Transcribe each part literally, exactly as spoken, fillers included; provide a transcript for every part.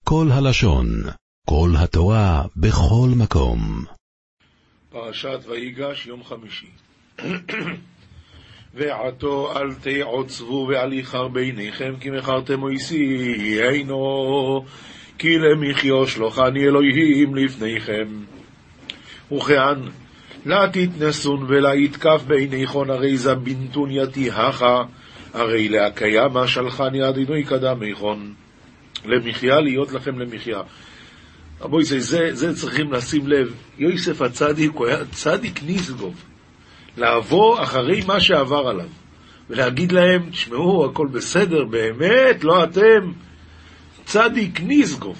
כל הלשון, כל התורה, בכל מקום. פרשת ויגש, יום חמישי. ועתו אל תעוצבו ואל יחר ביניכם, כי מכרתם מויסי אינו, כי למחיו שלוחני אלוהים לפניכם. וכאן, לה תתנסון ולה יתקף ביניכון, הרי זה בנתון יתיהך, הרי להקיימה שלחני אדינוי קדם איכון. למחיה, להיות לכם למחיה. רבוי, זה, זה, זה צריכים לשים לב. יוסף הצדיק הוא היה צדיק ניסגוב. לעבור אחרי מה שעבר עליו. ולהגיד להם, תשמעו, הכל בסדר, באמת, לא אתם. צדיק ניסגוב.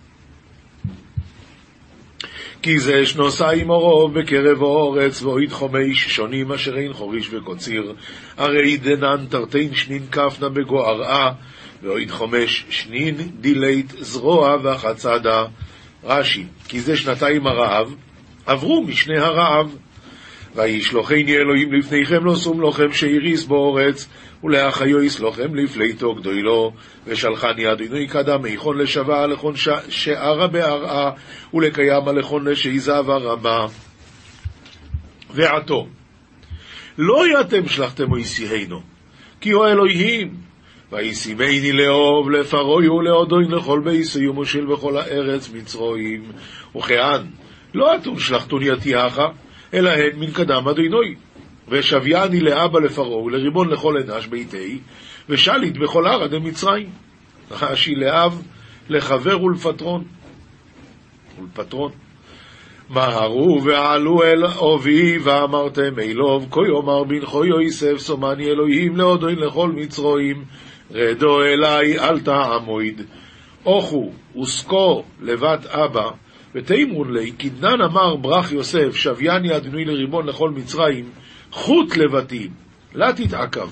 כי זה שנוסה עם אורו בקרב האורץ, ואוהד חומש שונים אשר אין חוריש וקוציר. הרי דנן תרתין שנין כפנה בגוערעה, ואוהד חומש שנין דילית זרוע והחצדה. רש"י, כי זה שנתיים הרעב, עברו משני הרעב. וישלוחני אלוהים לפניכם, לא שום לכם שיריס באורץ, ולאחיו יסלוחם לפליטו גדולו, ושלחני אדינוי קדם איכון לשווה לכון שערה בהרעה, ולקיימה לכון לשעיזב הרבה. ועתו, לא יתם שלחתם ויסיהנו, כי הוא אלוהים, וישימני לאוב לפרוי ולאודוין לכל ביסי ומושל בכל הארץ מצרויים. וכאן, לא אתון שלחתון יתיהך, אלא הן מן קדם אדינוי. ושוויאני לאבא לפרעה ולריבון לכל אנש ביתי, ושליט בכל ארד מצרים. רש"י, לאב לחבר ולפטרון ולפטרון. מהרו ועלו אל אובי ואמרתם אלוב, כה יאמר בנכו יוסף סומני אלוהים לאודוין לכל מצרויים, רדו אליי אל תעמוד. אוכו וסקו לבת אבא ותאמרון לי, כי דנן אמר ברח יוסף שוויאני אדינוי לריבון לכל מצרים, חוט לבתי, לא תתעכב.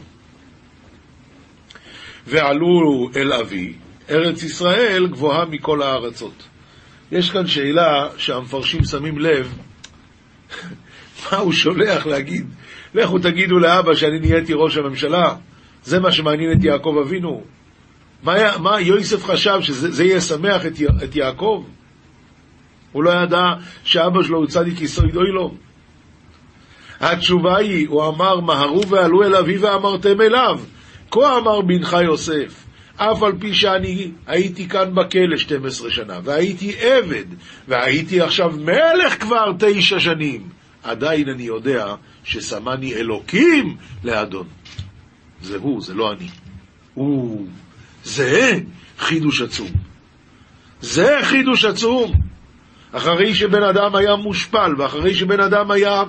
ועלו אל אבי, ארץ ישראל גבוהה מכל הארצות. יש כאן שאלה שהמפרשים שמים לב, מה הוא שולח להגיד? לכו תגידו לאבא שאני נהייתי ראש הממשלה, זה מה שמעניין את יעקב אבינו. מה, מה יוסף חשב שזה יהיה שמח את, את יעקב? הוא לא ידע שאבא שלו הוא צדיק יסוד אוי לו. התשובה היא, הוא אמר, מהרו ועלו אל אבי ואמרתם אליו, כה אמר בנך יוסף, אף על פי שאני הייתי כאן בכלא שתים עשרה שנה, והייתי עבד, והייתי עכשיו מלך כבר תשע שנים, עדיין אני יודע ששמני אלוקים לאדון. זה הוא, זה לא אני. הוא, זה חידוש עצום. זה חידוש עצום. אחרי שבן אדם היה מושפל, ואחרי שבן אדם היה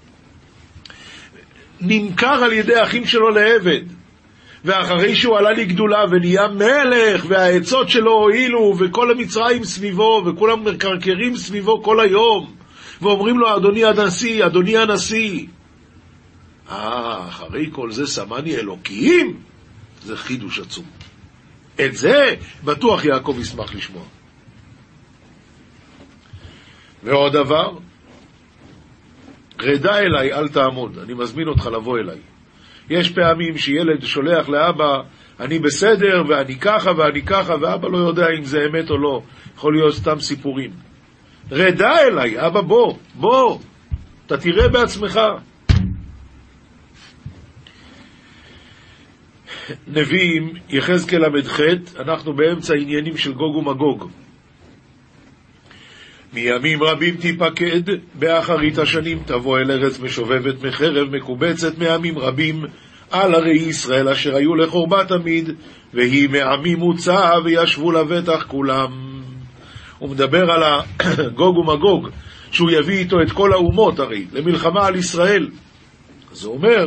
נמכר על ידי האחים שלו לעבד, ואחרי שהוא עלה לגדולה ונהיה מלך, והעצות שלו הועילו, וכל המצרים סביבו, וכולם מקרקרים סביבו כל היום, ואומרים לו, אדוני הנשיא, אדוני הנשיא. אה, אחרי כל זה שמני אלוקים, זה חידוש עצום. את זה בטוח יעקב ישמח לשמוע. ועוד דבר, רדה אליי, אל תעמוד, אני מזמין אותך לבוא אליי. יש פעמים שילד שולח לאבא, אני בסדר, ואני ככה ואני ככה, ואבא לא יודע אם זה אמת או לא, יכול להיות סתם סיפורים. רדה אליי, אבא בוא, בוא, אתה תראה בעצמך. נביאים, יחזקאל למד ח', אנחנו באמצע עניינים של גוג ומגוג. מימים רבים תיפקד, באחרית השנים תבוא אל ארץ משובבת מחרב מקובצת מעמים רבים, על ערי ישראל אשר היו לחורבה תמיד, והיא מעמים מוצאה וישבו לבטח כולם. הוא מדבר על הגוג ומגוג, שהוא יביא איתו את כל האומות הרי, למלחמה על ישראל. אז הוא אומר,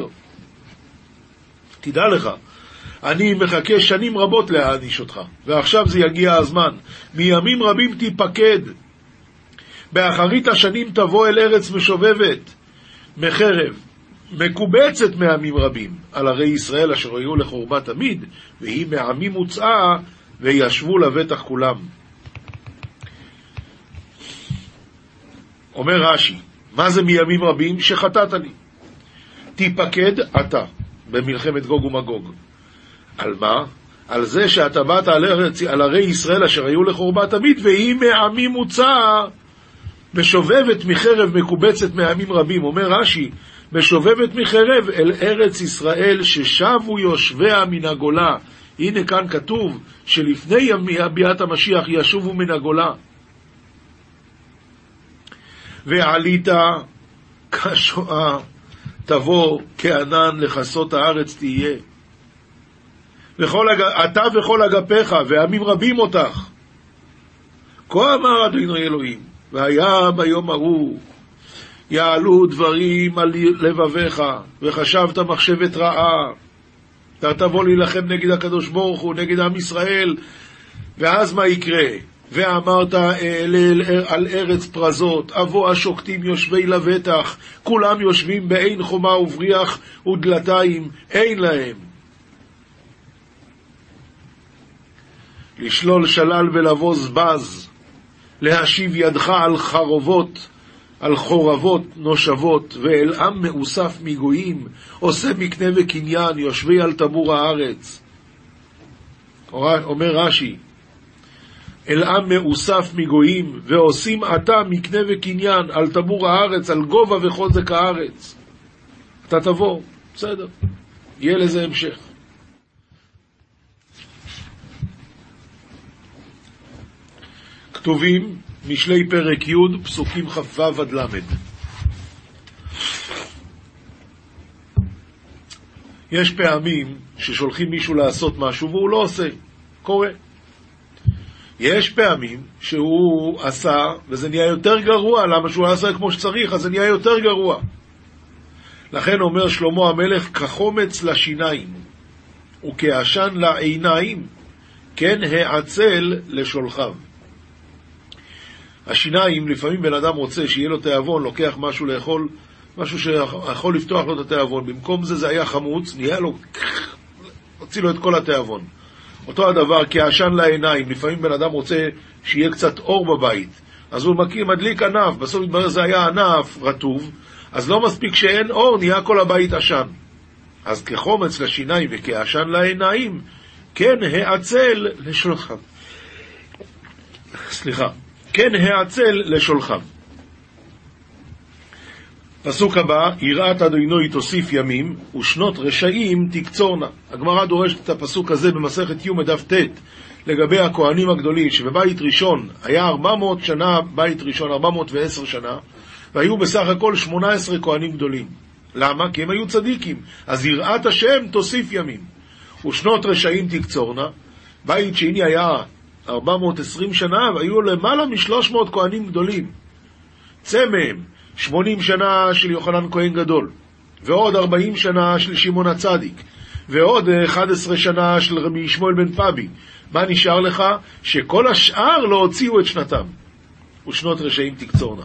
תדע לך, אני מחכה שנים רבות להעניש אותך, ועכשיו זה יגיע הזמן. מימים רבים תיפקד, באחרית השנים תבוא אל ארץ משובבת מחרב מקובצת מעמים רבים, על ערי ישראל אשר היו לחורבה תמיד, והיא מעמים מוצאה וישבו לבטח כולם. אומר רש"י, מה זה מימים רבים? שחטאת לי. תיפקד אתה במלחמת גוג ומגוג. על מה? על זה שאתה באת על, ארץ, על ערי ישראל אשר היו לחורבה תמיד, והיא מעמים מוצא, משובבת מחרב מקובצת מעמים רבים. אומר רש"י, משובבת מחרב אל ארץ ישראל ששבו יושביה מן הגולה. הנה כאן כתוב שלפני ביאת המשיח ישובו מן הגולה. ועלית כשואה תבוא כענן לכסות הארץ תהיה. וכל אג... אתה וכל אגפיך ועמים רבים אותך. כה אמר אדוני אלוהים, והיה ביום ההוא יעלו דברים על לבביך, וחשבת מחשבת רעה, אתה תבוא להילחם נגד הקדוש ברוך הוא, נגד עם ישראל, ואז מה יקרה? ואמרת אל על ארץ פרזות, אבוא השוקטים יושבי לבטח, כולם יושבים באין חומה ובריח ודלתיים, אין להם. לשלול שלל ולבוז בז, להשיב ידך על חרבות, על חורבות נושבות, ואל עם מאוסף מגויים, עושה מקנה וקניין, יושבי על תבור הארץ. אומר רש"י, אל עם מאוסף מגויים, ועושים עתה מקנה וקניין, על תבור הארץ, על גובה וחוזק הארץ. אתה תבוא, בסדר, יהיה לזה המשך. כתובים משלי פרק י' פסוקים כ"ו עד ל'. יש פעמים ששולחים מישהו לעשות משהו והוא לא עושה, קורה. יש פעמים שהוא עשה וזה נהיה יותר גרוע, למה שהוא עשה כמו שצריך, אז זה נהיה יותר גרוע. לכן אומר שלמה המלך, כחומץ לשיניים וכעשן לעיניים, כן העצל לשולחיו. השיניים, לפעמים בן אדם רוצה שיהיה לו תיאבון, לוקח משהו לאכול, משהו שיכול לפתוח לו את התיאבון, במקום זה זה היה חמוץ, נהיה לו, הוציא לו את כל התיאבון. אותו הדבר כעשן לעיניים, לפעמים בן אדם רוצה שיהיה קצת אור בבית, אז הוא מקים, מדליק ענף, בסוף מתברר זה היה ענף רטוב, אז לא מספיק שאין אור, נהיה כל הבית עשן. אז כחומץ לשיניים וכעשן לעיניים, כן העצל לשולחיו. סליחה. כן העצל לשולחיו. פסוק הבא, יראת אדוני תוסיף ימים, ושנות רשעים תקצורנה. הגמרא דורשת את הפסוק הזה במסכת י' דף ט' לגבי הכהנים הגדולים, שבבית ראשון היה ארבע מאות שנה, בית ראשון ארבע מאות ועשר שנה, והיו בסך הכל שמונה עשרה כהנים גדולים. למה? כי הם היו צדיקים. אז יראת השם תוסיף ימים. ושנות רשעים תקצורנה. בית שני היה ארבע מאות ועשרים שנה, והיו למעלה מ-שלוש מאות כהנים גדולים. צא מהם שמונים שנה של יוחנן כהן גדול, ועוד ארבעים שנה של שמעון הצדיק, ועוד אחת עשרה שנה של רבי שמואל בן פבי. מה נשאר לך? שכל השאר לא הוציאו את שנתם. ושנות רשעים תקצורנה.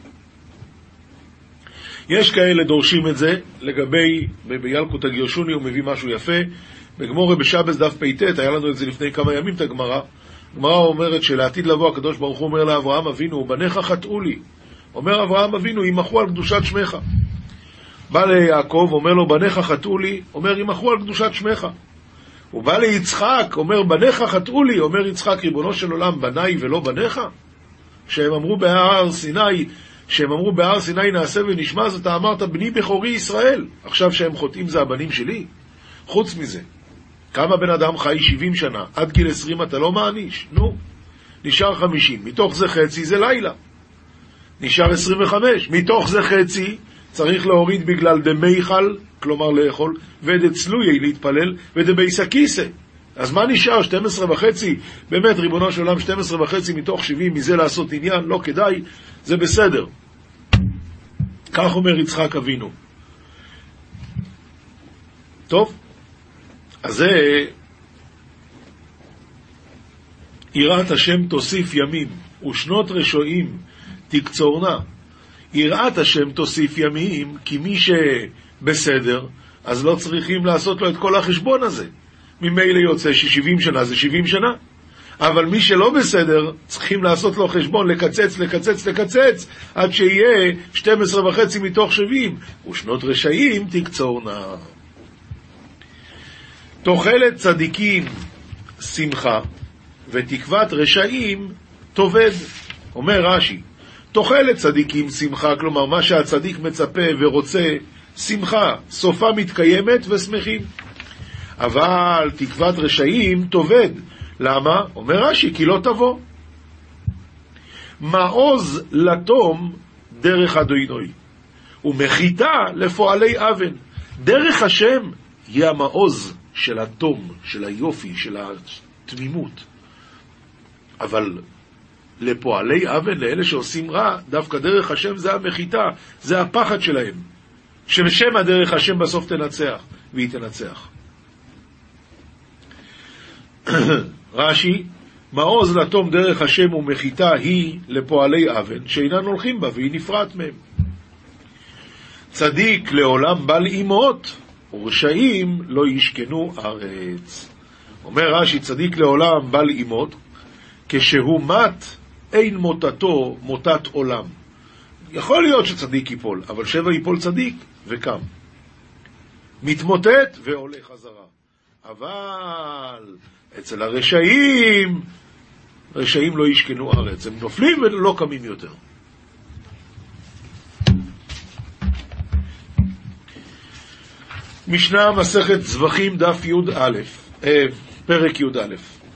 יש כאלה דורשים את זה, לגבי, בילקוט הגרשוני הוא מביא משהו יפה, בגמורה בשבס דף פ"ט, היה לנו את זה לפני כמה ימים את הגמרא, הגמרא אומרת שלעתיד לבוא הקדוש ברוך הוא אומר לאברהם אבינו, בניך חטאו לי. אומר אברהם אבינו, ימחו על קדושת שמך. בא ליעקב, אומר לו, בניך חטאו לי, אומר, ימחו על קדושת שמך. הוא בא ליצחק, אומר, בניך חטאו לי, אומר יצחק, ריבונו של עולם, בניי ולא בניך? שהם אמרו בהר סיני, שהם אמרו בהר סיני נעשה ונשמע, אז אתה אמרת, בני בכורי ישראל. עכשיו שהם חוטאים זה הבנים שלי. חוץ מזה, כמה בן אדם חי שבעים שנה, עד גיל עשרים אתה לא מעניש, נו, נשאר חמישים, מתוך זה חצי זה לילה, נשאר עשרים וחמש, מתוך זה חצי צריך להוריד בגלל דמי חל, כלומר לאכול, ודצלויי להתפלל, ודבייס הכיסא. אז מה נשאר? שתים עשרה וחצי, באמת ריבונו של עולם, שתים עשרה וחצי מתוך שבעים, מזה לעשות עניין, לא כדאי, זה בסדר. כך אומר יצחק אבינו. טוב, אז זה יראת השם תוסיף ימים, ושנות רשעים תקצורנה. יראת השם תוסיף ימים, כי מי שבסדר, אז לא צריכים לעשות לו את כל החשבון הזה. ממילא יוצא ש-שבעים שנה זה שבעים שנה. אבל מי שלא בסדר, צריכים לעשות לו חשבון, לקצץ, לקצץ, לקצץ, עד שיהיה שתים עשרה וחצי מתוך שבעים, ושנות רשעים תקצורנה. תוחלת צדיקים שמחה, ותקוות רשעים תאבד. אומר רש"י, תוחלת צדיקים שמחה, כלומר מה שהצדיק מצפה ורוצה, שמחה, סופה מתקיימת ושמחים. אבל תקוות רשעים תאבד. למה? אומר רש"י, כי לא תבוא. מעוז לתום דרך אדוני, ומחיתה לפועלי אבן. דרך השם היא המעוז של התום, של היופי, של התמימות. אבל לפועלי אבן, לאלה שעושים רע, דווקא דרך השם זה המחיתה, זה הפחד שלהם. שבשם הדרך השם בסוף תנצח, והיא תנצח. רש"י, מעוז לתום דרך השם ומחיתה היא לפועלי אבן, שאינן הולכים בה, והיא נפרט מהם. צדיק לעולם בל אימות, ורשעים לא ישכנו ארץ. אומר רש"י, צדיק לעולם בל אימות, כשהוא מת, אין מותתו מותת עולם. יכול להיות שצדיק ייפול, אבל שבע ייפול צדיק וקם. מתמוטט ועולה חזרה. אבל אצל הרשעים, רשעים לא ישכנו ארץ. הם נופלים ולא קמים יותר. משנה מסכת זבחים דף י' א', אה, פרק י' א'.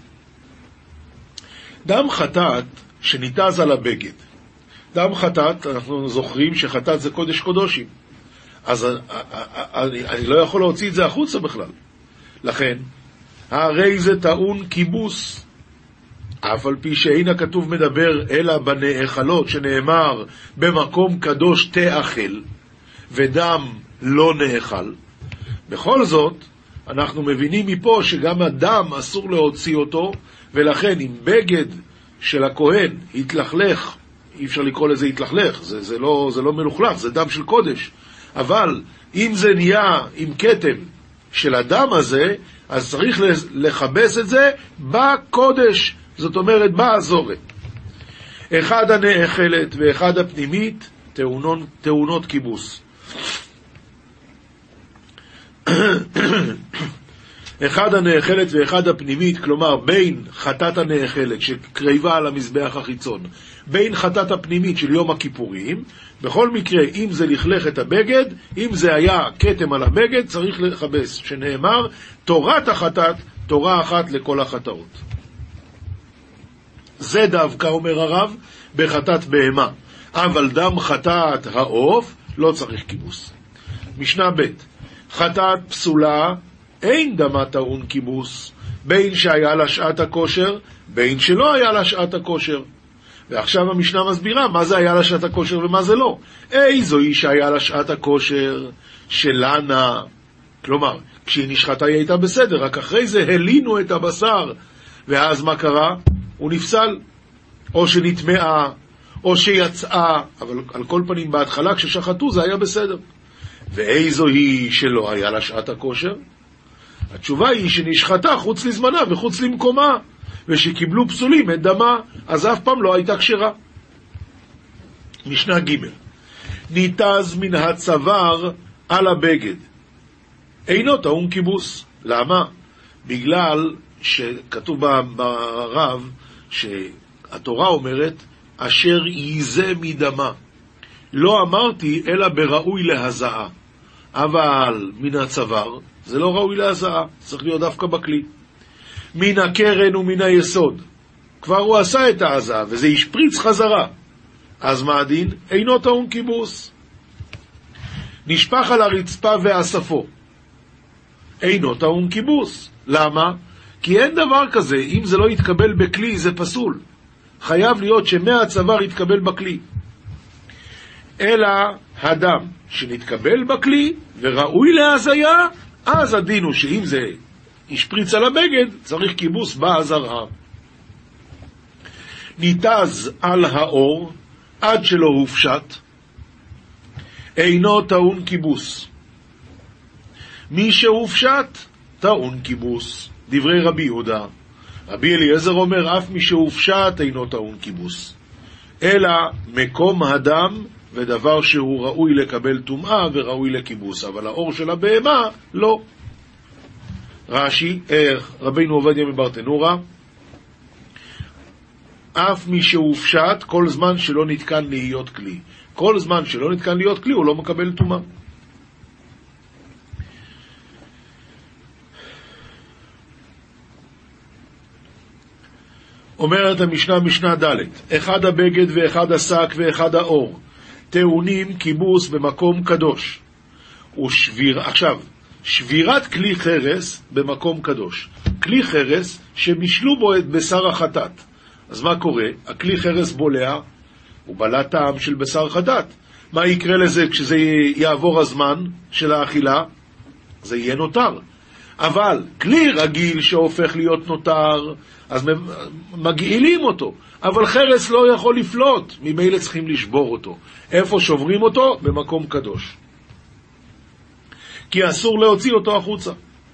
דם חטאת שניתז על הבגד. דם חטאת, אנחנו זוכרים שחטאת זה קודש קודושים. אז אני, אני לא יכול להוציא את זה החוצה בכלל. לכן, הרי זה טעון כיבוס. אף על פי שאין הכתוב מדבר אלא בנאכלות, שנאמר במקום קדוש תאכל, ודם לא נאכל. בכל זאת, אנחנו מבינים מפה שגם הדם אסור להוציא אותו, ולכן אם בגד של הכהן התלכלך, אי אפשר לקרוא לזה התלכלך, זה, זה, לא, זה לא מלוכלך, זה דם של קודש. אבל אם זה נהיה עם כתם של הדם הזה, אז צריך לחבס את זה בקודש, זאת אומרת באזורת. אחד הנאכלת ואחד הפנימית טעונות, טעונות כיבוס. אחד הנאכלת ואחד הפנימית, כלומר בין חטאת הנאכלת שקריבה על המזבח החיצון, בין חטאת הפנימית של יום הכיפורים, בכל מקרה אם זה לכלך את הבגד, אם זה היה כתם על הבגד, צריך לחבס, שנאמר תורת החטאת, תורה אחת לכל החטאות. זה דווקא אומר הרב בחטאת בהמה, אבל דם חטאת העוף לא צריך כיבוס. משנה ב' חטאת פסולה אין דמה טעון כיבוס, בין שהיה לה שעת הכושר, בין שלא היה לה שעת הכושר. ועכשיו המשנה מסבירה מה זה היה לה שעת הכושר ומה זה לא. איזו היא שהיה לה שעת הכושר שלנה, כלומר, כשהיא נשחטה היא הייתה בסדר, רק אחרי זה הלינו את הבשר, ואז מה קרה? הוא נפסל, או שנטמעה, או שיצאה, אבל על כל פנים בהתחלה כששחטו זה היה בסדר. ואיזו היא שלא היה לה שעת הכושר? התשובה היא שנשחטה חוץ לזמנה וחוץ למקומה, ושקיבלו פסולים את דמה, אז אף פעם לא הייתה כשרה. משנה ג' ניתז מן הצוואר על הבגד, אינו טעון כיבוס. למה? בגלל שכתוב ברב שהתורה אומרת אשר ייזה מדמה. לא אמרתי אלא בראוי להזעה, אבל מן הצוואר זה לא ראוי להזעה, צריך להיות דווקא בכלי. מן הקרן ומן היסוד כבר הוא עשה את ההזעה וזה ישפריץ חזרה, אז מה הדין? אינו טעון כיבוס. נשפך על הרצפה ואספו, אינו טעון כיבוס. למה? כי אין דבר כזה, אם זה לא יתקבל בכלי זה פסול, חייב להיות שמהצוואר יתקבל בכלי. אלא הדם שנתקבל בכלי וראוי להזיה, אז הדין הוא שאם זה ישפריץ על הבגד צריך כיבוס בהזרעה. ניתז על האור עד שלא הופשט, אינו טעון כיבוס. מי שהופשט טעון כיבוס. דברי רבי יהודה. רבי אליעזר אומר אף מי שהופשט אינו טעון כיבוס, אלא מקום הדם ודבר שהוא ראוי לקבל טומאה וראוי לכיבוס, אבל האור של הבהמה לא. רש"י, רבינו עובדיה מברטנורה, אף מי שהופשט כל זמן שלא נתקן להיות כלי. כל זמן שלא נתקן להיות כלי הוא לא מקבל טומאה. אומרת המשנה, משנה ד', אחד הבגד ואחד השק ואחד האור טעונים כיבוס במקום קדוש. ושביר, עכשיו, שבירת כלי חרס במקום קדוש. כלי חרס שמשלו בו את בשר החטאת. אז מה קורה? הכלי חרס בולע, הוא בלע טעם של בשר חטאת. מה יקרה לזה כשזה יעבור הזמן של האכילה? זה יהיה נותר. אבל כלי רגיל שהופך להיות נותר, אז מגעילים אותו. אבל חרס לא יכול לפלוט, ממילא צריכים לשבור אותו. איפה שוברים אותו? במקום קדוש. כי אסור להוציא אותו החוצה.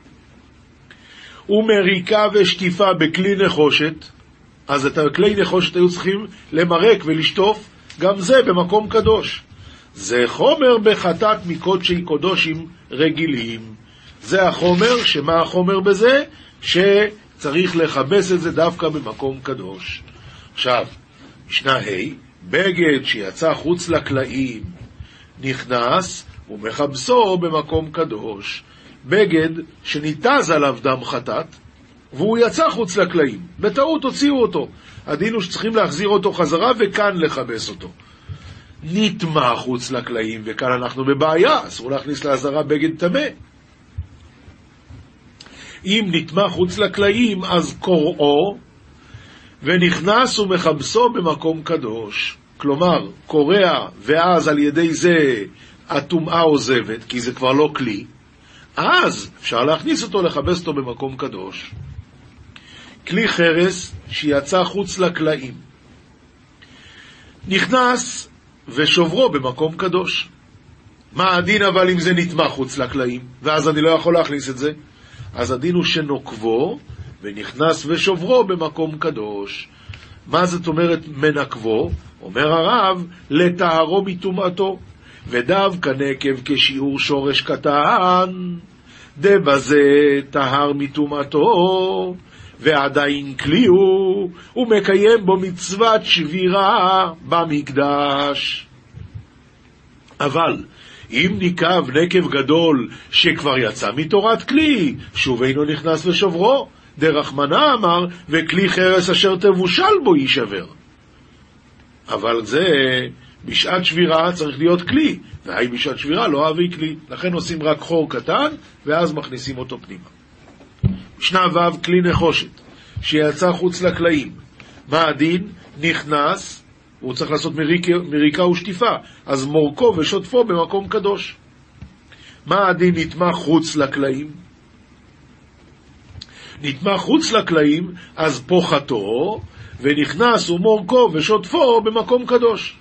ומריקה ושטיפה בכלי נחושת, אז את הכלי נחושת היו צריכים למרק ולשטוף, גם זה במקום קדוש. זה חומר בחטאת מקודשי קודשים רגילים. זה החומר, שמה החומר בזה? שצריך לחבס את זה דווקא במקום קדוש. עכשיו, משנה ה', בגד שיצא חוץ לקלעים, נכנס ומחבסו במקום קדוש. בגד שניתז עליו דם חטאת, והוא יצא חוץ לקלעים. בטעות הוציאו אותו. הדין הוא שצריכים להחזיר אותו חזרה וכאן לחבס אותו. נטמע חוץ לקלעים, וכאן אנחנו בבעיה, אסור להכניס להזרה בגד טמא. אם נטמע חוץ לקלעים, אז קוראו, ונכנס ומחבסו במקום קדוש. כלומר, קורע, ואז על ידי זה הטומאה עוזבת, כי זה כבר לא כלי, אז אפשר להכניס אותו, לחבס אותו במקום קדוש. כלי חרס שיצא חוץ לקלעים, נכנס ושוברו במקום קדוש. מה הדין אבל אם זה נטמע חוץ לקלעים, ואז אני לא יכול להכניס את זה? אז הדין הוא שנוקבו ונכנס ושוברו במקום קדוש. מה זאת אומרת מנקבו? אומר הרב, לטהרו מטומאתו, ודווקא נקב כשיעור שורש קטן, דבזה טהר מטומאתו, ועדיין כלי הוא, ומקיים בו מצוות שבירה במקדש. אבל אם ניקב נקב גדול שכבר יצא מתורת כלי, שוב אינו נכנס ושוברו, דרחמנה אמר, וכלי חרס אשר תבושל בו יישבר. אבל זה בשעת שבירה צריך להיות כלי, והי בשעת שבירה לא אהבי כלי, לכן עושים רק חור קטן ואז מכניסים אותו פנימה. משנה ו', כלי נחושת שיצא חוץ לקלעים, מה הדין? נכנס, הוא צריך לעשות מריקה, מריקה ושטיפה, אז מורכו ושוטפו במקום קדוש. מה הדין? נטמע חוץ לקלעים, נטמע חוץ לקלעים, אז פוחתו, ונכנס ומורכו ושוטפו במקום קדוש.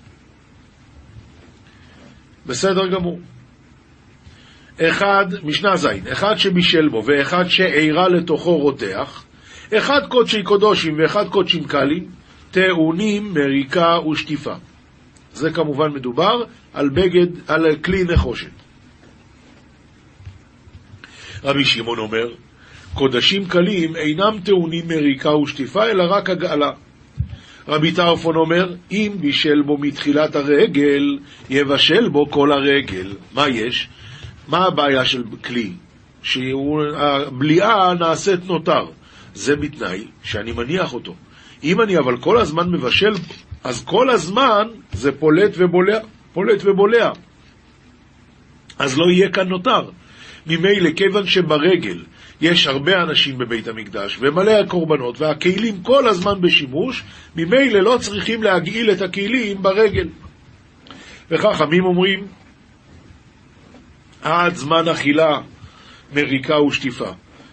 בסדר גמור. אחד, משנה זין, אחד שבישל בו ואחד שעירה לתוכו רותח, אחד קודשי קודשים ואחד קודשים קלים, טעונים מריקה ושטיפה. זה כמובן מדובר על בגד, על כלי נחושת. רבי שמעון אומר, קודשים קלים אינם טעונים מריקה ושטיפה, אלא רק הגעלה. רבי טרפון אומר, אם בישל בו מתחילת הרגל, יבשל בו כל הרגל. מה יש? מה הבעיה של כלי? שהבליעה נעשית נותר. זה בתנאי שאני מניח אותו. אם אני אבל כל הזמן מבשל, אז כל הזמן זה פולט ובולע, פולט ובולע. אז לא יהיה כאן נותר. ממילא, כיוון שברגל יש הרבה אנשים בבית המקדש ומלא הקורבנות והכלים כל הזמן בשימוש, ממילא לא צריכים להגעיל את הכלים ברגל. וחכמים אומרים, עד זמן אכילה מריקה ושטיפה.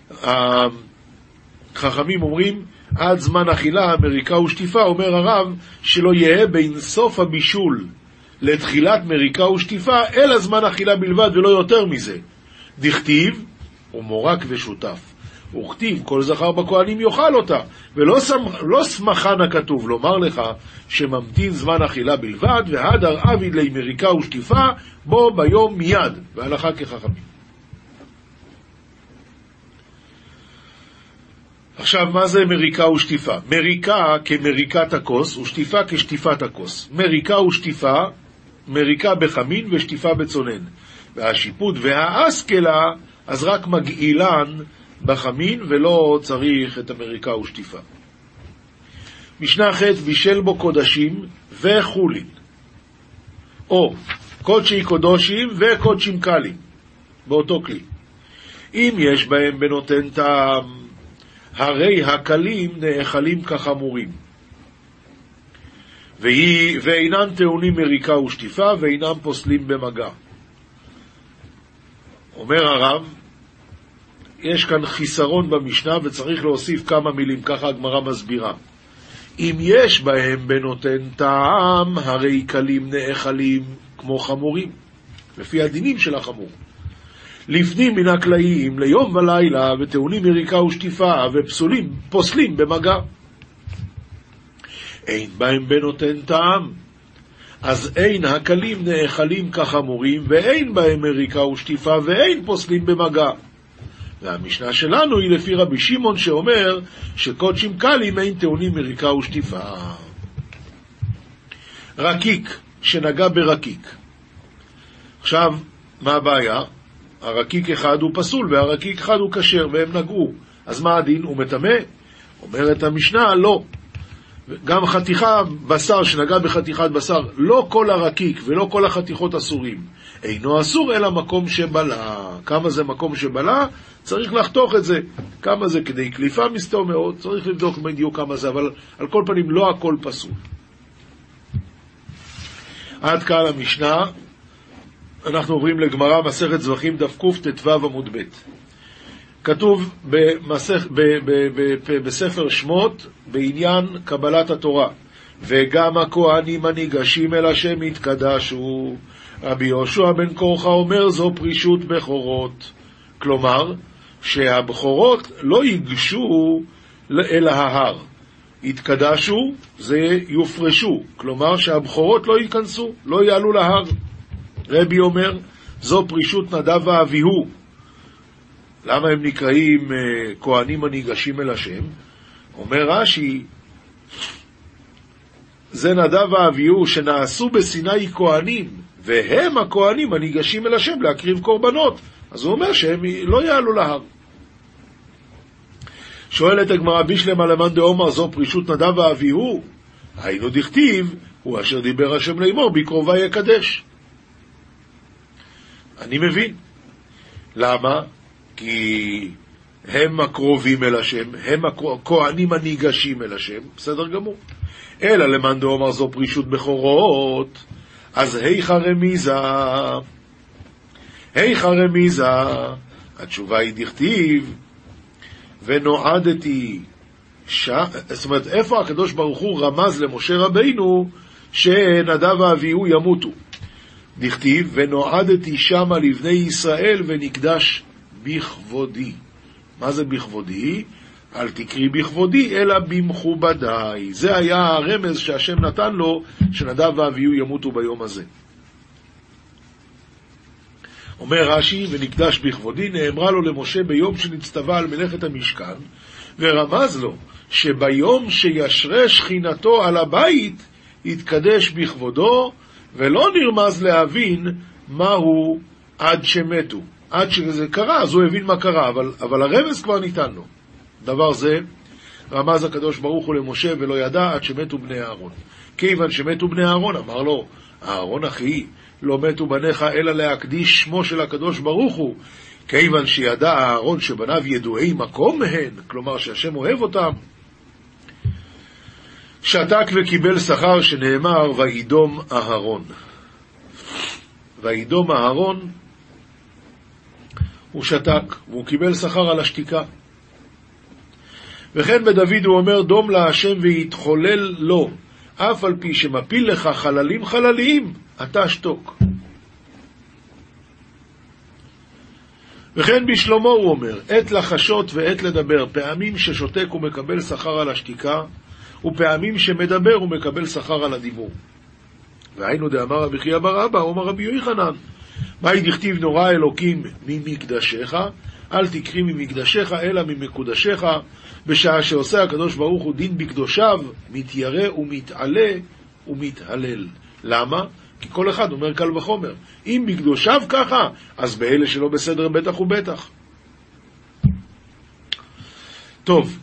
חכמים אומרים, עד זמן אכילה מריקה ושטיפה, אומר הרב, שלא יהיה בין סוף הבישול לתחילת מריקה ושטיפה, אלא זמן אכילה בלבד ולא יותר מזה. דכתיב, הוא מורק ושותף. וכתיב, כל זכר בכהנים יאכל אותה. ולא לא סמכן הכתוב, לומר לך שממתין זמן אכילה בלבד, והדר עביד לי מריקה ושטיפה, בו ביום מיד. והלכה כחכמים. עכשיו, מה זה מריקה ושטיפה? מריקה כמריקת הכוס ושטיפה כשטיפת הכוס. מריקה ושטיפה, מריקה בחמין ושטיפה בצונן. והשיפוט והאסקלה, אז רק מגעילן בחמין ולא צריך את המריקה ושטיפה. משנה ח' בישל בו קודשים וחולין, או קודשי קודושים וקודשים קלים, באותו כלי. אם יש בהם בנותן טעם, הרי הקלים נאכלים כחמורים, והיא, ואינם טעונים מריקה ושטיפה, ואינם פוסלים במגע. אומר הרב, יש כאן חיסרון במשנה וצריך להוסיף כמה מילים, ככה הגמרא מסבירה. אם יש בהם בנותן טעם, הרי קלים נאכלים כמו חמורים, לפי הדינים של החמור. לפנים מן הכלאים ליום ולילה, וטעונים מריקה ושטיפה, ופסולים, פוסלים במגע. אין בהם בנותן טעם, אז אין הקלים נאכלים כחמורים, ואין בהם מריקה ושטיפה, ואין פוסלים במגע. והמשנה שלנו היא לפי רבי שמעון שאומר שקודשים קלים אין טעונים מריקה ושטיפה. רקיק שנגע ברקיק. עכשיו, מה הבעיה? הרקיק אחד הוא פסול והרקיק אחד הוא כשר והם נגעו. אז מה הדין? הוא מטמא? אומרת המשנה, לא. גם חתיכה בשר שנגע בחתיכת בשר, לא כל הרקיק ולא כל החתיכות אסורים. אינו אסור אלא מקום שבלה. כמה זה מקום שבלה? צריך לחתוך את זה. כמה זה כדי קליפה מסתום מאוד, צריך לבדוק בדיוק כמה זה, אבל על כל פנים לא הכל פסול. עד כאן המשנה. אנחנו עוברים לגמרא מסכת זבחים דף קט"ו עמוד ב'. כתוב במסכ... ב... ב... ב... ב... בספר שמות בעניין קבלת התורה, וגם הכהנים הניגשים אל השם התקדשו. רבי יהושע בן קורחה אומר זו פרישות בכורות, כלומר שהבכורות לא ייגשו אל ההר, התקדשו זה יופרשו, כלומר שהבכורות לא ייכנסו, לא יעלו להר. רבי אומר זו פרישות נדב ואביהו. למה הם נקראים uh, כהנים הניגשים אל השם? אומר רש"י, זה נדב ואביהו שנעשו בסיני כהנים, והם הכהנים הניגשים אל השם להקריב קורבנות. אז הוא אומר שהם לא יעלו להר. שואלת הגמרא בישלמה למאן דאמר זו פרישות נדב ואביהו, היינו דכתיב הוא אשר דיבר השם לאמור בקרובי יקדש. אני מבין. למה? כי הם הקרובים אל השם, הם הכהנים הניגשים אל השם, בסדר גמור. אלא למאן דאמר זו פרישות בכורות, אז היכא רמיזה, היכא רמיזה, התשובה היא דכתיב, ונועדתי, ש... זאת אומרת, איפה הקדוש ברוך הוא רמז למשה רבינו שנדב ואביהו ימותו? דכתיב, ונועדתי שמה לבני ישראל ונקדש בכבודי. מה זה בכבודי? אל תקרי בכבודי אלא במכובדיי. זה היה הרמז שהשם נתן לו שנדב ואביהו ימותו ביום הזה. אומר רש"י, ונקדש בכבודי, נאמרה לו למשה ביום שנצטווה על מלאכת המשכן, ורמז לו שביום שישרה שכינתו על הבית יתקדש בכבודו, ולא נרמז להבין מהו עד שמתו. עד שזה קרה, אז הוא הבין מה קרה, אבל, אבל הרמז כבר ניתן לו. דבר זה, רמז הקדוש ברוך הוא למשה ולא ידע עד שמתו בני אהרון. כיוון שמתו בני אהרון, אמר לו, אהרון אחי, לא מתו בניך אלא להקדיש שמו של הקדוש ברוך הוא. כיוון שידע אהרון שבניו ידועי מקום מהן, כלומר שהשם אוהב אותם, שתק וקיבל שכר שנאמר, וידום אהרון. וידום אהרון, הוא שתק, והוא קיבל שכר על השתיקה. וכן בדוד הוא אומר, דום להשם ויתחולל לו, אף על פי שמפיל לך חללים חלליים, אתה שתוק. וכן בשלמה הוא אומר, עת לחשות ועת לדבר, פעמים ששותק הוא מקבל שכר על השתיקה, ופעמים שמדבר הוא מקבל שכר על הדיבור. והיינו דאמר רבי חייא בר אבא, אומר רבי יוחנן, מהי דכתיב נורא אלוקים ממקדשך, אל תקרי ממקדשך אלא ממקודשך, בשעה שעושה הקדוש ברוך הוא דין בקדושיו, מתיירא ומתעלה ומתהלל. למה? כי כל אחד אומר קל וחומר, אם בקדושיו ככה, אז באלה שלא בסדר בטח ובטח. טוב,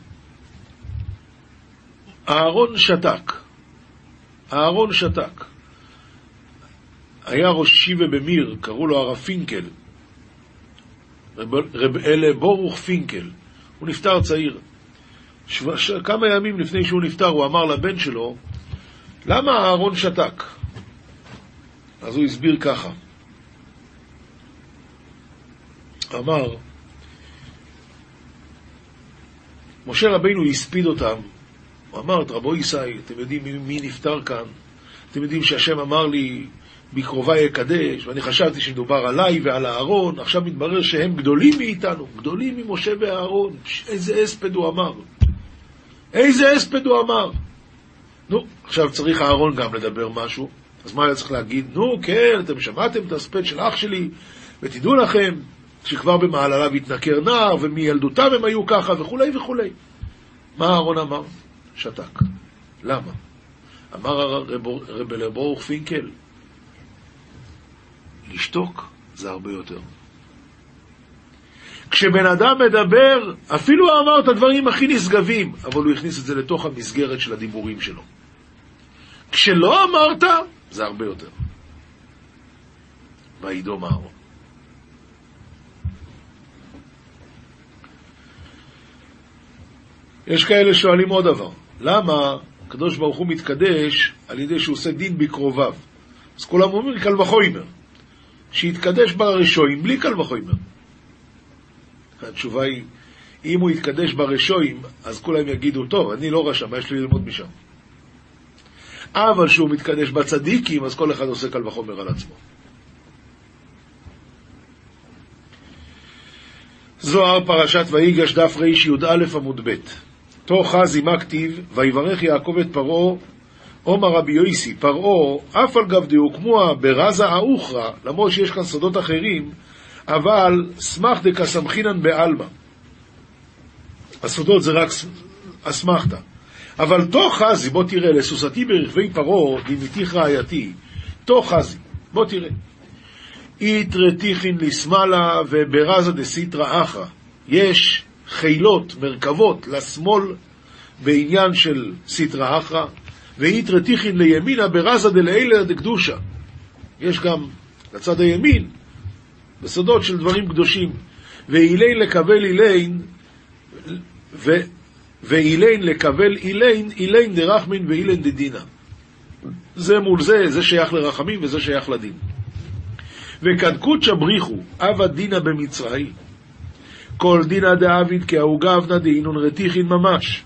אהרון שתק. אהרון שתק. היה ראש ישיבה במיר, קראו לו הרב פינקל, רב, רב אלה ברוך פינקל. הוא נפטר צעיר. שו, ש, כמה ימים לפני שהוא נפטר, הוא אמר לבן שלו, למה אהרון שתק? אז הוא הסביר ככה. אמר, משה רבינו הספיד אותם. הוא אמר, רבו ישראל, אתם יודעים מי, מי נפטר כאן? אתם יודעים שהשם אמר לי, בקרובה יקדש, ואני חשבתי שדובר עליי ועל אהרון, עכשיו מתברר שהם גדולים מאיתנו, גדולים ממשה ואהרון. איזה אספד הוא אמר. איזה אספד הוא אמר. נו, עכשיו צריך אהרון גם לדבר משהו. אז מה היה צריך להגיד? נו, כן, אתם שמעתם את הספד של אח שלי, ותדעו לכם שכבר במעלליו התנכר נער, ומילדותם הם היו ככה, וכו' וכו'. מה אהרון אמר? שתק. למה? אמר רב אלה ברוך פינקל, לשתוק זה הרבה יותר. כשבן אדם מדבר, אפילו הוא אמר את הדברים הכי נשגבים, אבל הוא הכניס את זה לתוך המסגרת של הדיבורים שלו. כשלא אמרת, זה הרבה יותר. וידום אהרון. יש כאלה שואלים עוד דבר. למה הקדוש ברוך הוא מתקדש על ידי שהוא עושה דין בקרוביו? אז כולם אומרים קל וחומר. שיתקדש ברשועים בלי קל וחומר. התשובה היא, אם הוא יתקדש ברשועים, אז כולם יגידו, טוב, אני לא רשע, מה יש לי ללמוד משם? אבל שהוא מתקדש בצדיקים, אז כל אחד עושה קל וחומר על עצמו. זוהר פרשת ויגש דף ריש י"א עמוד ב'. תוך חזי מה כתיב, ויברך יעקב את פרעה, אומר רבי יויסי, פרעה אף על גב דהוקמוה ברזה האוכרה, למרות שיש כאן סודות אחרים, אבל סמך דקסמחינן בעלמא. הסודות זה רק אסמכתה. אבל תוך חזי, בוא תראה, לסוסתי ברכבי פרעה, דימיתיך רעייתי, תוך חזי, בוא תראה. איתרתיכין לשמאלה וברזה דסיטרא אחרא. יש חילות, מרכבות, לשמאל בעניין של סיטרא אחרא, ואיתרתיכין לימינה ברזה דלעילא דקדושה. יש גם לצד הימין, בסודות של דברים קדושים. ואילין לקבל אילין, ו... ואילין לקבל אילין, אילין דרחמין ואילין דדינה. זה מול זה, זה שייך לרחמים וזה שייך לדין. וקדקות שבריחו, אבא דינה במצרי, כל דינה דאביד כאוגב נדינון רתיחין ממש.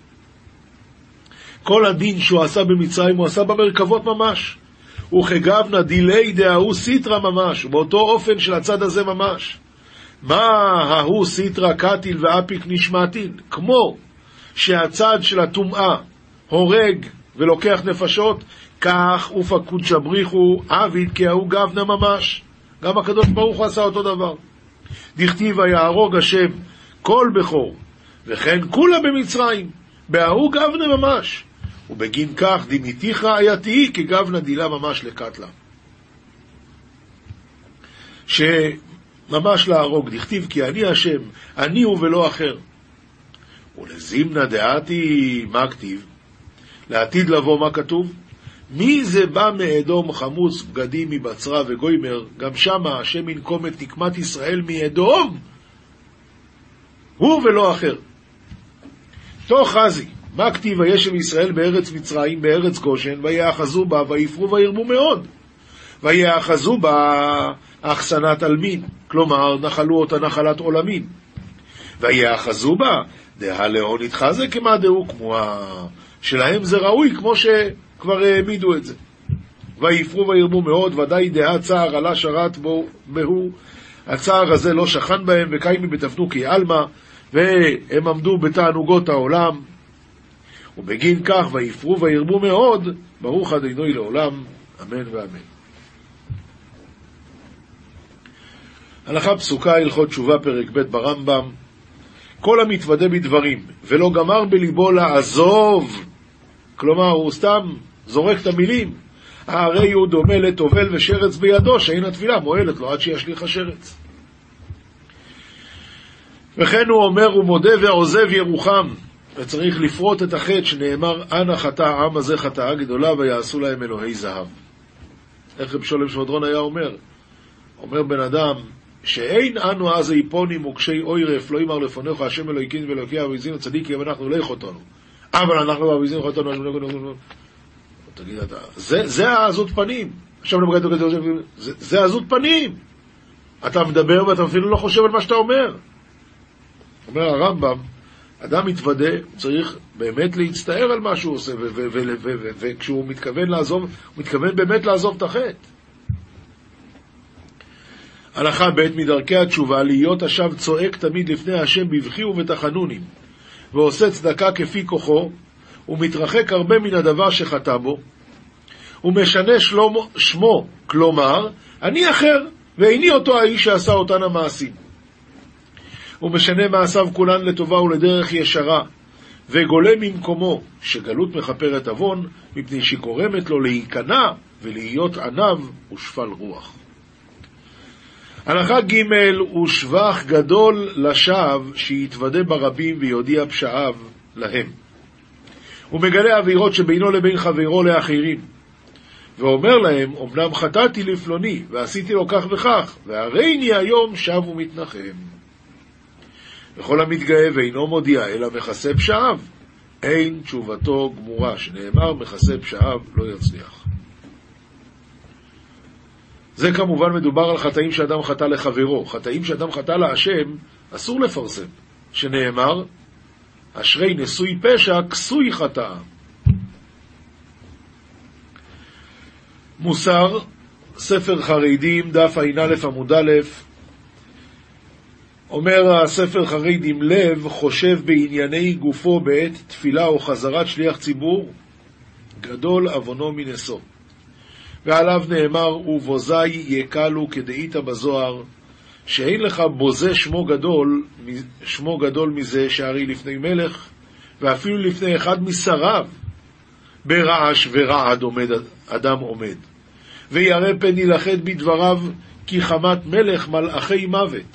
כל הדין שהוא עשה במצרים הוא עשה במרכבות ממש. וכגבנה דילי דהוא סיטרה ממש, באותו אופן של הצד הזה ממש. מה ההוא סיטרה קטיל ואפיק נשמעתין? כמו שהצד של הטומאה הורג ולוקח נפשות, כך ופקוד שבריחו אביד כהוא גבנה ממש. גם הקדוש ברוך הוא עשה אותו דבר. דכתיב ויהרוג השם כל בכור, וכן כולה במצרים, בהוא גבנה ממש. ובגין כך דימיתיך רעייתי כגבנה דילה ממש לקטלה. שממש להרוג, דכתיב כי אני השם, אני הוא ולא אחר. ולזימנה דעתי, מה כתיב? לעתיד לבוא מה כתוב? מי זה בא מאדום חמוס בגדים מבצרה וגוימר, גם שמה השם ינקום את נקמת ישראל מאדום, הוא ולא אחר. תוך חזי, מה כתיב? וישב ישראל בארץ מצרים, בארץ גושן, ויאחזו בה, ויפרו וירמו מאוד. ויאחזו בה אחסנת אלמין, כלומר נחלו אותה נחלת עולמין. ויאחזו בה, דה לאון יתחזה כמה דהו, כמו שלהם זה ראוי, כמו שכבר העמידו את זה. ויפרו וירמו מאוד, ודאי דה צער עלה שרת בו, בהו, הצער הזה לא שכן בהם, וקיימי בתפנו כי אלמה, והם עמדו בתענוגות העולם. ובגין כך ויפרו וירמו מאוד, ברוך אדינוי לעולם, אמן ואמן. הלכה פסוקה, הלכות תשובה, פרק ב' ברמב"ם, כל המתוודה בדברים, ולא גמר בליבו לעזוב, כלומר, הוא סתם זורק את המילים, הרי הוא דומה לטובל ושרץ בידו, שאין התפילה מועלת לו עד שישליך השרץ. וכן הוא אומר, הוא מודה ועוזב ירוחם, וצריך לפרוט את החטא שנאמר, אנא חטא העם הזה חטאה גדולה ויעשו להם אלוהי זהב. איך רב שולם שבדרון היה אומר? אומר בן אדם, שאין אנו אז איפונים וקשי אוירף, לא ימר לפניך השם אלוהיקים ואלוהיקי אביזינו צדיקי, ואנחנו לא יכולתנו. אבל אנחנו אביזינו חטאנו. תגיד אתה, זה, זה העזות פנים. עכשיו נמגד, זה, זה העזות פנים. אתה מדבר ואתה אפילו לא חושב על מה שאתה אומר. אומר הרמב"ם, אדם מתוודה, צריך באמת להצטער על מה שהוא עושה, וכשהוא מתכוון לעזוב, הוא מתכוון באמת לעזוב את החטא. הלכה ב' מדרכי התשובה, להיות השב צועק תמיד לפני השם בבכי ובתחנונים, ועושה צדקה כפי כוחו, ומתרחק הרבה מן הדבר שחטא בו, ומשנה שלום, שמו, כלומר, אני אחר, ואיני אותו האיש שעשה אותן המעשים. הוא משנה מעשיו כולן לטובה ולדרך ישרה, וגולה ממקומו, שגלות מחפרת אבון, מפני שגורמת לו להיכנע ולהיות ענב ושפל רוח. הלכה ג' הוא שבח גדול לשווא שיתוודה ברבים ויודיע פשעיו להם. הוא מגלה עבירות שבינו לבין חברו לאחרים, ואומר להם, אמנם חטאתי לפלוני ועשיתי לו כך וכך, והריני היום שב ומתנחם. וכל המתגאה ואינו מודיע אלא מכסה פשעיו, אין תשובתו גמורה, שנאמר מכסה פשעיו לא יצליח. זה כמובן מדובר על חטאים שאדם חטא לחברו. חטאים שאדם חטא להשם אסור לפרסם, שנאמר אשרי נשוי פשע כסוי חטא. מוסר, ספר חרדים, דף ע"א עמוד א', אומר הספר חרדים, לב חושב בענייני גופו בעת תפילה או חזרת שליח ציבור, גדול אבונו מנשוא. ועליו נאמר, ובוזי יקלו כדאית בזוהר, שאין לך בוזה שמו גדול, שמו גדול מזה שהרי לפני מלך, ואפילו לפני אחד משריו, ברעש ורעד עומד, אדם עומד. וירא פן ילחד בדבריו, כי חמת מלך מלאכי מוות.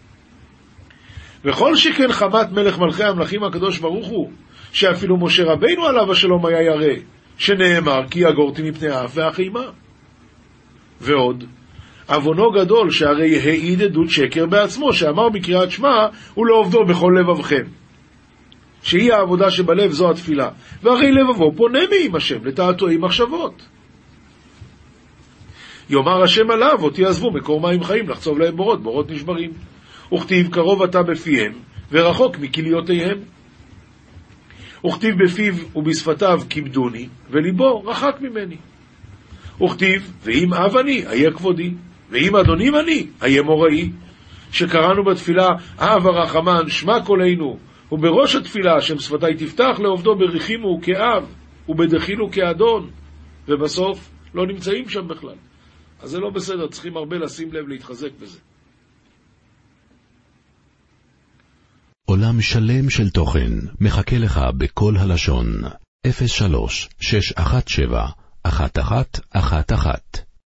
וכל שכן חמת מלך מלכי המלכים הקדוש ברוך הוא, שאפילו משה רבינו עליו השלום היה ירא, שנאמר כי יגורתי מפני האף והחימה. ועוד, אבונו גדול שהרי העיד עדות שקר בעצמו, שאמר בקריאת שמע ולעובדו בכל לבבכם, שהיא העבודה שבלב זו התפילה, והרי לבבו פונה מעם השם לתעתועי מחשבות. יאמר השם עליו, אותי עזבו מקור מים חיים, לחצוב להם בורות, בורות נשברים. וכתיב קרוב אתה בפיהם ורחוק מכליותיהם. וכתיב בפיו ובשפתיו כיבדוני, וליבו רחק ממני. וכתיב, ואם אב אני, אהיה כבודי, ואם אדונים אני, אהיה מוראי. שקראנו בתפילה, אב הרחמן, שמע קולנו, ובראש התפילה, שם שפתי תפתח לעובדו ברכימו כאב, ובדחילו כאדון. ובסוף לא נמצאים שם בכלל. אז זה לא בסדר, צריכים הרבה לשים לב להתחזק בזה. עולם שלם של תוכן מחכה לך בכל הלשון. אפס שלוש שש אחת שבע אחת אחת אחת אחת